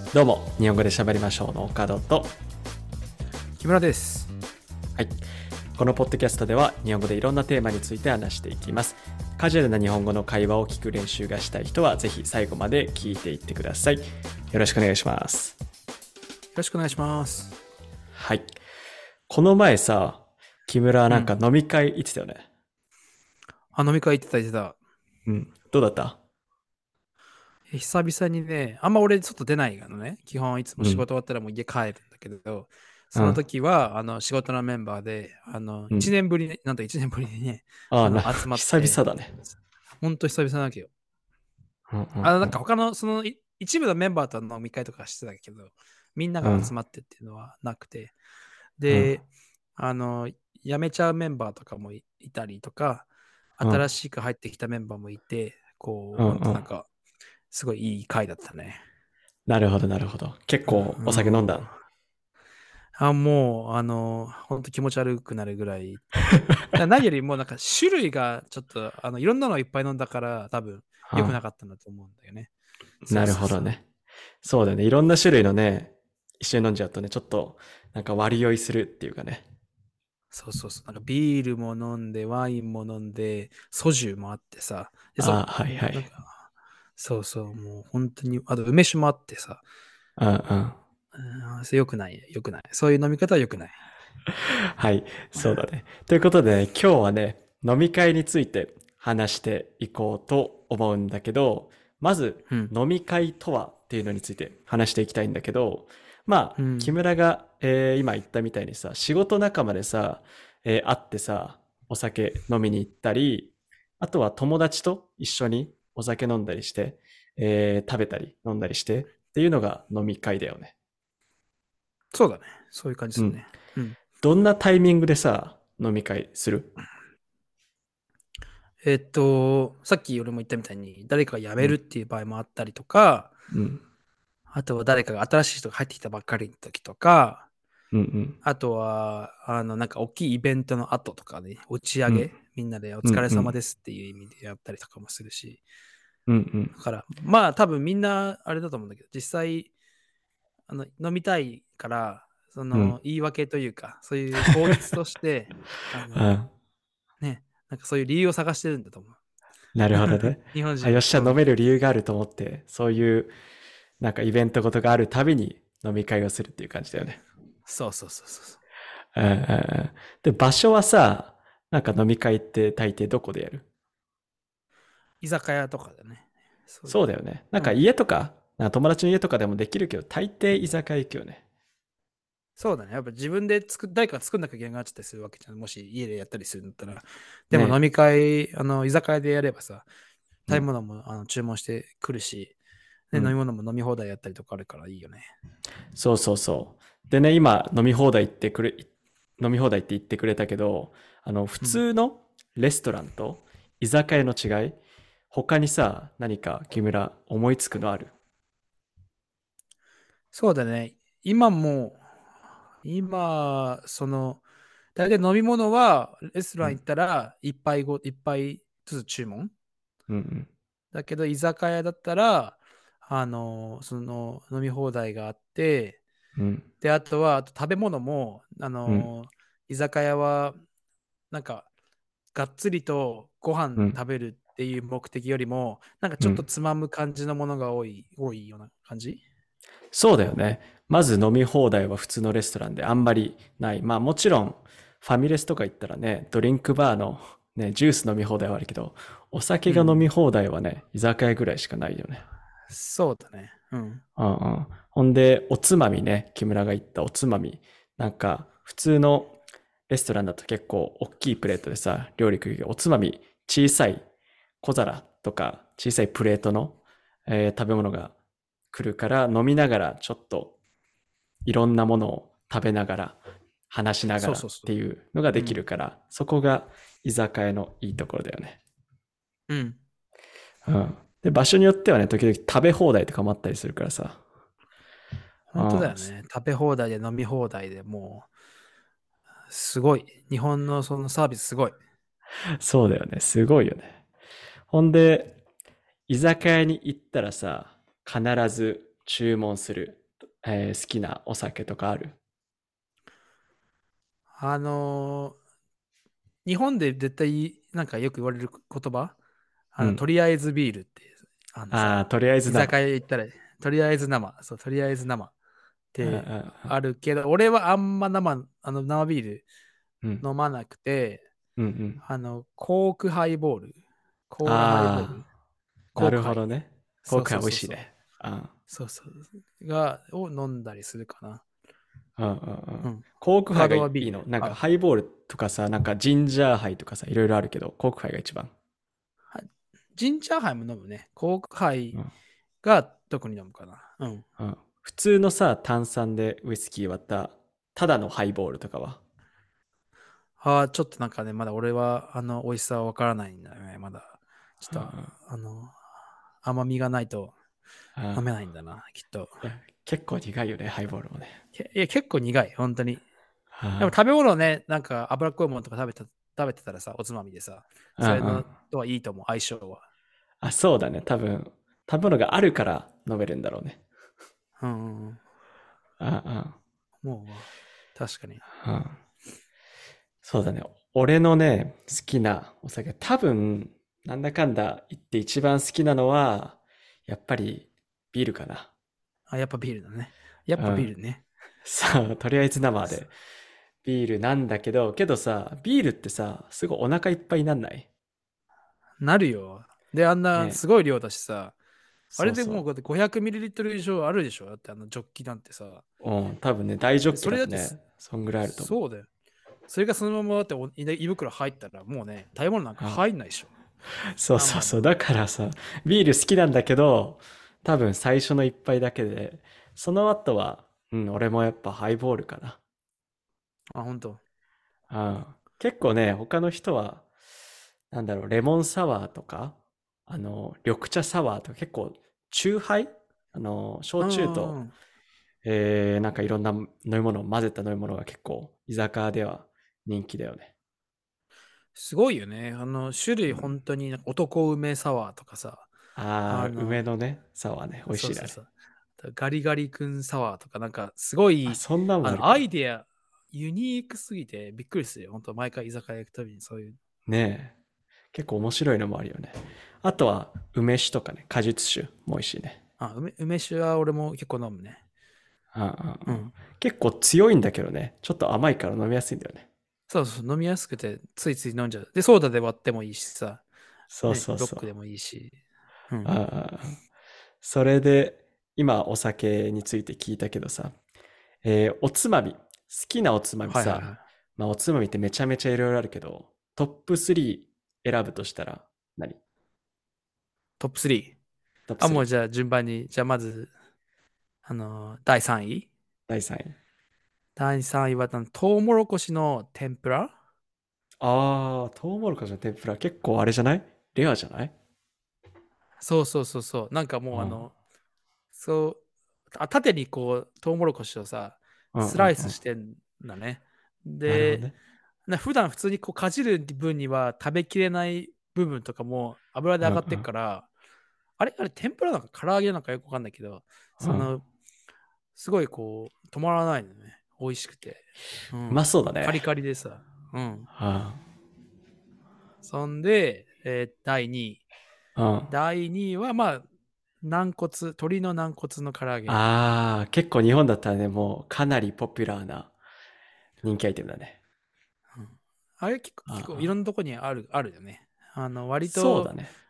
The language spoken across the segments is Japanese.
どうも、日本語で喋りましょうの岡戸と、 木村です。 はい。このポッドキャストでは日本語でいろんなテーマについて話していきます。カジュアルな日本語の会話を聞く練習がしたい人はぜひ最後まで聞いていってください。よろしくお願いします。 よろしくお願いします。 はい。この前さ、木村はうん。 飲み会行ってたよね。 飲み会行ってた、行ってた。 うん。どうだった？ 久々にね、あんま俺外出ないのね。基本いつもうん。 仕事終わったらもう家帰るんだけど、そのうん。 時は、仕事のメンバーで、1 うん。 年ぶりに、なんと1年ぶりにね、 ああ、 集まっ久て、 々だね。 ほんと久々なわけよ。 うんうんなんか他の、一部のメンバーと飲み会とかしてたけど、みんなうん。 が集まってっていうのはなくて、 うん。 で、あの、辞めちゃうメンバーとかもいたりとか、 うん。 新しく入ってきたメンバーもいて、こう、 うんうん。 ほんとなんか、すごいいい回だったね。 なるほど、なるほど。結構うお酒飲んだ？ ん。もう、ほんと気持ち悪くなるぐらい。何よりも、なんか種類がちょっと、いろんなのいっぱい飲んだから、多分、良くなかったんだと思うんだよね。そなるうそうそう。 ほどね。そうだよね。いろんな種類のね、一緒に飲んじゃうとね、ちょっと割り酔いするっていうかね。 そうそうそう。なんかビールも飲んで、ワインも飲んで、ソジュもあってさ。で、 ああ、はいはい。 なんか、そうそう、もう本当に、あと梅酒もあってさ。 うんうん。 それ良くない、良くない。そういう飲み方は良くない。 はい、そうだね。ということでね、今日はね、飲み会について話していこうと思うんだけど、まず、 うん。 飲み会とはっていうのについて話していきたいんだけど、まあ、木うん。 村が、今言ったみたいにさ、仕事仲間でさ、会ってさ、お酒飲みに行ったり、あとは友達と一緒にお酒飲んだりして、食べたり飲んだりしてっていうのが飲み会だよね。 そうだね。そういう感じうん。 するね。うん。 どんなタイミングでさ、飲み会する？ さっき俺も言ったみたいに、誰かが辞めるっうん。 ていう場合もあったりとか、 うん。 あとは誰かが新しい人が入ってきたばっかりの時とか、 うん。 あとは、なんか大きいイベントの後とかで、打ち上うん。 げ、みんなでおうん。 疲れうん。 様ですっていう意味でやったりとかもするし、 うん。うん。 だから、まあ多分みんなあれだと思うんだけど、実際、飲みたいから、 うん。 言い訳というか、そういう口実として、あの、 あ、 ね、なんかそういう理由を探してるんだと思う。 なるほどね。あ、 日本人は。 よっしゃ、飲める理由があると思って、そういうイベントごとがあるたびに飲み会をするっていう感じだよね。 そうそうそうそう。 うんうんうん。で、場所はさ、飲み会って大抵どこでやる？ 居酒屋とかだね。そういう。 そうだよね。 うん。 家とか、友達の家とかでもできるけど、大抵居酒屋行くよね。 そうだね。やっぱ自分で誰かが作んなきゃいけなくなっちゃったりするわけじゃん。もし家でやったりするんだったら。でも飲ね。 み会、居酒屋でやればさ、 うん。 食べ物も注文してくるし、で、飲みうん。 物も飲み放題やったりとかあるからいいよね。 そうそうそう。でね、今、飲み放題って言ってくれたけど、普うん。 通のレストランと居酒屋の違い、他にさ、何か木村思いつくのある？ そうだね。今も、今、大体飲み物は、レストラン行うん。 ったら、一杯ずつ注文うんうん。 だけど、居酒屋だったら、飲み放題があって、 うん。 で、あと食べ物も、 うん。 居酒屋は、なんか、がっつりとご飯うん。 食べるっていう目的よりも、なんかちょっとうん。 つまむ感じのものが多いような感じ。 そうだよね。まず飲み放題は普通のレストランであんまりない。まあもちろん、ファミレスとか行ったらね、ドリンクバーのね、ジュース飲み放題はあるけど、お酒が飲みうん。 放題はね、居酒屋ぐらいしかないよね。 そうだね。うん。 うんうん。ほんで、おつまみね、木村が言ったおつまみ。普通のレストランだと結構大きいプレートでさ、料理食うけど、おつまみ、小さい小皿とか、小さいプレートの、食べ物が来るから、飲みながらちょっといろんなものを食べながら、話しながらっそうそうそていうのがう。うできるん。 から、そこが居酒屋のいいところだよね。 うん。 うん。で、場所によってはね、時々食べ放題とかもあったりするからさ。う本当だん。 よね。食べ放題で飲み放題でもう、すごい。日本のそのサービスすごい。 そうだよね。すごいよね。ほんで、居酒屋に行ったらさ、必ず注文する。 好きなお酒とかある？ あのー日本で絶対なんかよく言われる言葉、 うん。 とりあえずビールって、 ああ、とりあえず居生。 酒屋行ったら、とりあえず生、そう、とりあえず生っうんうてんあるけど、俺はあんま生ビールうん。 飲まなくて、 うんうん。 コークハイボール、コーラハイボール、 ああ、なるコークハイ。 ほどね。コーそうクはそうそうそう。 美味しいね。あそうそう。を飲んだりするかな。 うんうんうん。 うん。 コークハイが他はビール。 いいの？なんかはい。 ハイボールとかさ、なんかジンジャーハイとかさ、いろいろあるけど、コークハイが一番。 ジンジャーハイも飲むね。コークハイうんが特に飲むかな。うん。 うん。普通のさ、炭酸でウイスキー割った、ただのハイボールとかは？ ちょっとなんかね、まだ俺は美味しさはわからないんだよね。まだ。ちょっと、 うんうん甘みがないと飲めうん。 ないんだな、きっと。 いや、結構苦いよね、ハイボールもね。 いや、結構苦い、本当に。でもは食べ物ね、なんか脂っこいものとか食べてたらさ、おつまみでさ、 いうんうん。 それのとはいいと思う、相性は。 あ、そうだね。多分、食べ物があるから飲めるんだろうね。 うんうんうん。 うんうんもう、確かに。 うん。そうだね。俺のね、好きなお酒、多分、なんだかんだ言って一番好きなのは、やっぱりビールかな。 やっぱビールだね。やっぱビうん。 ールね。 さあ、とりあえず生でビールなんだけどさ、ビールってさ、すごいお腹いっぱいになんない？ なるよ。で、あんなね。 すごい量だしさ、あれでもうそうそ 500ml 以上あるでしょだってジョッキなんてさ。 う。うん、多分ね、大ジョッキそれだってだとね、そんぐらいあると思う。 そうだよ。それがそのままだって胃袋入ったらもうね、食べ物なんかあ、 入んないでしょ。 そうそうそう。 あんまり。 だからさ、ビール好きなんだけど、多分最初の一杯だけで、その後は、うん、俺もやっぱハイボールかな。 本当。 うん。結構ね、他の人は、なんだろう、レモンサワーとか、緑茶サワーとか結構、チューハイう焼酎と、 んうんうん。 なんかいろんな飲み物を混ぜた飲み物が結構、居酒屋では人気だよね。 すごいよね。種類うん。 本当になんか男梅サワーとかさ、 ああ、 あの、 梅のね、サワーね、美味しいだね。 そうそうそう。ガリガリ君サワーとか、なんかすごあ、 い、 そんなんもあるアか。 イデア、ユニークすぎてびっくりするよ。本当毎回居酒屋行くたびにそういう。 ねえ。結構面白いのもあるよね。あとは、梅酒とかね、果実酒も美味しいね。 梅酒は俺も結構飲むね。 うんうんうん。 うん。 結構強いんだけどね、ちょっと甘いから飲みやすいんだよね。 そうそう、飲みやすくてついつい飲んじゃう。で、ソーダで割ってもいいしさ、 そうね、 そうそう。 ロックでもいいし。うん。 ああ、それで、今お酒について聞いたけどさ、おつまみ、好きなおつまみさ、 はいはいはい。 まあおつまみってめちゃめちゃいろいろあるけど、トップ3選ぶとしたら何？ トップ3。 トップもう 3。 じゃあ順番に、じゃあまず、第3位。 第3位。 第3位は、トウモロコシの天ぷら。 ああ、トウモロコシの天ぷら結構あれじゃない？レアじゃない？ そうそうそうそう。なんかもううん。 そう、縦にこう、トウモロコシをさ、 うんスライスうんうん。 してんだね。で、 なるほどね。 普段普通にこうかじる分には食べきれない部分とかも油でうんう上がってっん。 から、あれ、天ぷらなんか唐揚げなんかよくわかんないけど、 うん。 すごいこう、止まらないのね。美味しくて。ううまん。 そうだね。 カリカリでさ。うん。 うんそんで、第2位。 うん。 第2位は、まあ、鶏の軟骨の唐揚げ。 ああ、結構日本だったらね、もうかなりポピュラーな人気アイテムだね。 うん、あれ結構いろんああ、 なとこにあるよね。割と、 そうだね。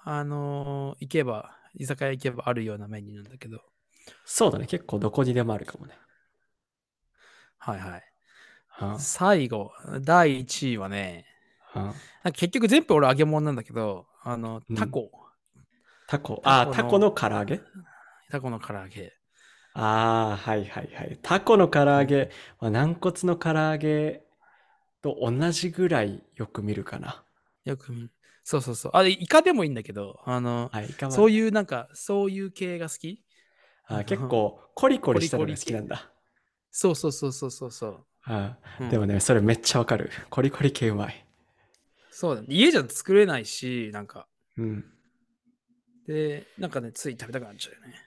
居酒屋行けばあるようなメニューなんだけど。 そうだね。結構どこにでもあるかもね。 はいはい。 うん最後、第1位はね、 うんなんか結局全部俺揚げ物なんだけど、 うん。 タコ。 タコ。 タああ、 コの、 タコの唐揚げ。 タコの唐揚げ。 ああ、はいはいはい。タコの唐うん、 揚げは軟骨の唐揚げと同じぐらいよく見るかな。 よく見る。そうそうそう。イカでもいいんだけど、 はい、イカもあそうるね。 いうなんか、そういう系が好き。 あー結構コリココリリしたのがコリ系。 好きなんだ。 そうそうそうそうそうそう。うん。 でもね、それめっちゃわかる。コリコリ系うまい。 そうだね。家じゃ作れないし、なんか。 うん。 で、なんかね、つい食べたくなっちゃうよね。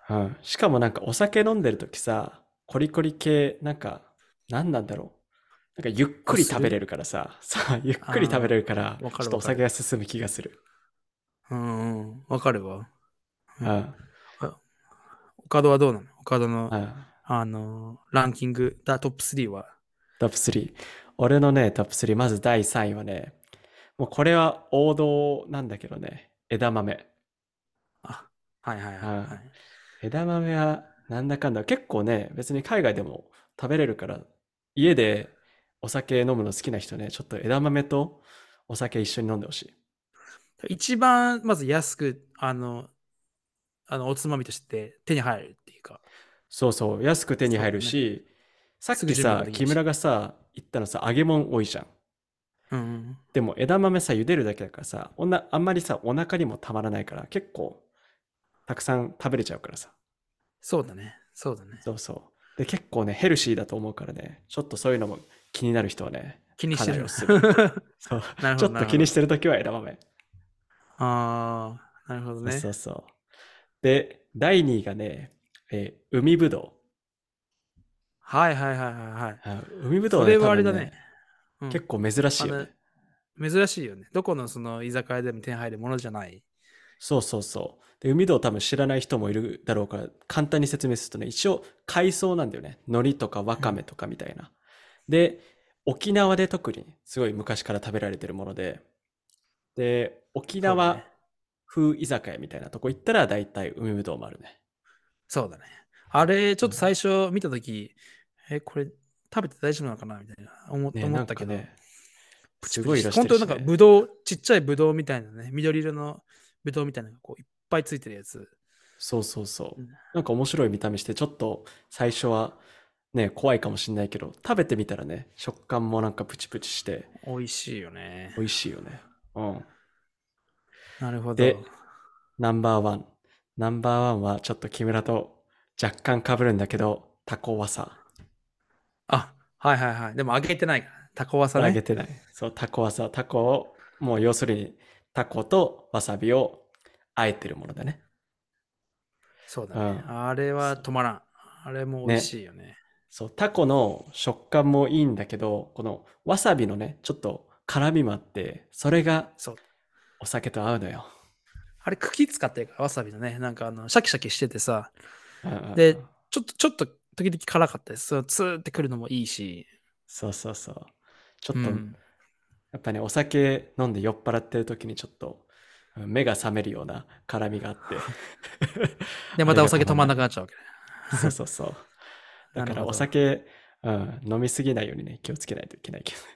うん。しかもなんかお酒飲んでるときさ、コリコリ系、なんか、なんなんだろう。なんかゆっくり食べれ欲する。 るからさ、さ、ゆっくり食べれあるから、 あ、わかちょっとおるわかる。 酒が進む気がする。 うんうん、わかるわ。うん。 うん。 あ、岡戸はどうなの？岡戸の、 うん。 ランキング、トップ3は？ トップ3。俺のね、トップ3、まず第3位はね、もうこれは王道なんだけどね、枝豆。 あ、はいはいはいうん。 はい。 枝豆はなんだかんだ結構ね、別に海外でも食べれるから、家でお酒飲むの好きな人ね、ちょっと枝豆とお酒一緒に飲んでほしい。 一番、まず安く、おつまみとして手に入るっていうか、 そうそう、安く手に入そうだね。 るし、さっすぐ準備もきさ、 できるし。 木村がさ、言ったのさ、揚げ物多いじゃん。 うんうん。 でも枝豆さ、茹でるだけだからさ、あんまりさ、お腹にもたまらないから、結構たくさん食べれちゃうからさ。 そうだね。そうだね。 そうそう。で、結構ね、ヘルシーだと思うからね、ちょっとそういうのも気になる人はね、かなり気にしてるの。 おすすめ。そう。 なるほど、 ちょっとなるほど。 気にしてるときは枝豆。 ああ、なるほどそうね。 そうそう。で、第2位がね、海ぶどはいはいはいはいはい。 う。海ぶどうそはね、 れはあれだね。 多分ね、 うん。 結構珍しあの、 いよね。 珍しいよね。どこのその居酒屋でも手に入るものじゃない。 そうそうそう。で、海ぶどう多分知らない人もいるだろうから、簡単に説明するとね、一応海藻なんだよね。海苔とかわうん。 かめとかみたいな。で、沖縄で特にすごい昔から食べられてるもので、で、沖縄そうだね。 風居酒屋みたいなとこ行ったら大体海ぶどうもあるね。 そうだね。あれ、ちょっとうん。 最初見たとき、これ食べて大丈夫なのかなみたいなね、なん思ったけど、 かね、 プチプチして、 すごい色し本当なんかてるしね。 ぶどう、ちっちゃいぶどうみたいなね、緑色のぶどうみたいなのがこういっぱいついてるやつ。 そうそうそう。 うん、 なんか面白い見た目して、ちょっと最初はね、怖いかもしんないけど、食べてみたらね、食感もなんかプチプチして美味しいよね。 美味しいよね。うん。 なるほど。 で、ナンバーワン。ナンバーワンはちょっと木村と若干被るんだけど、タコワサ。 あ、はいはいはい。でも揚げてないから。タコワサね。 揚げてない。そう、タコワサ。タコを、もう要するにタコとわさびをあえてるものだね。 そうだね。 うん。 あれは止まらん。あれも美味ね。 しいよね。 そう、タコの食感もいいんだけど、このわさびのね、ちょっと辛みもあって、それがそう。 お酒と合うのよ。 あれ茎使ってるから、わさびのね。なんかシャキシャキしててさ。 うんうんうん。 で、ちょっと時々辛かったです。そうツーってくるのもいいし。 そうそうそう。ちょっと、 うん。 やっぱね、お酒飲んで酔っ払ってる時にちょっと目が覚めるような辛みがあってで、 あれまたおがたまんない。 酒止まんなくなっちゃうわけそうね。 そうそう。だからおなるほど。 酒、飲みすぎないようにね、気をつけないといけないけどね。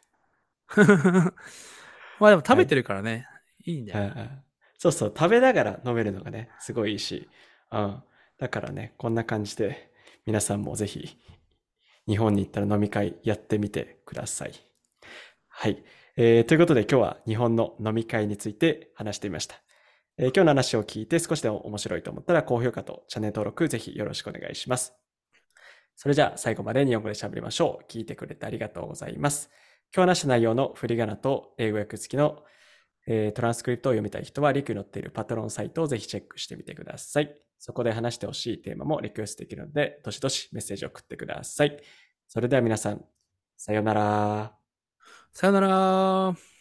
まあでも食べてはい。 るからね。いいんだよ。 うんうん。そうそう、食べながら飲めるのがね、すごいいいし、うん。だからね、こんな感じで、皆さんもぜひ、日本に行ったら飲み会やってみてください。はい。ということで今日は日本の飲み会について話してみました。今日の話を聞いて少しでも面白いと思ったら高評価とチャンネル登録ぜひよろしくお願いします。それじゃあ最後まで日本語で喋りましょう。聞いてくれてありがとうございます。今日話した内容の振り仮名と英語訳付きのトランスクリプトを読みたい人はリクに載っているパトロンサイトをぜひチェックしてみてください。そこで話してほしいテーマもリクエストできるので、どしどしメッセージを送ってください。それでは皆さん、さようなら。 さよなら。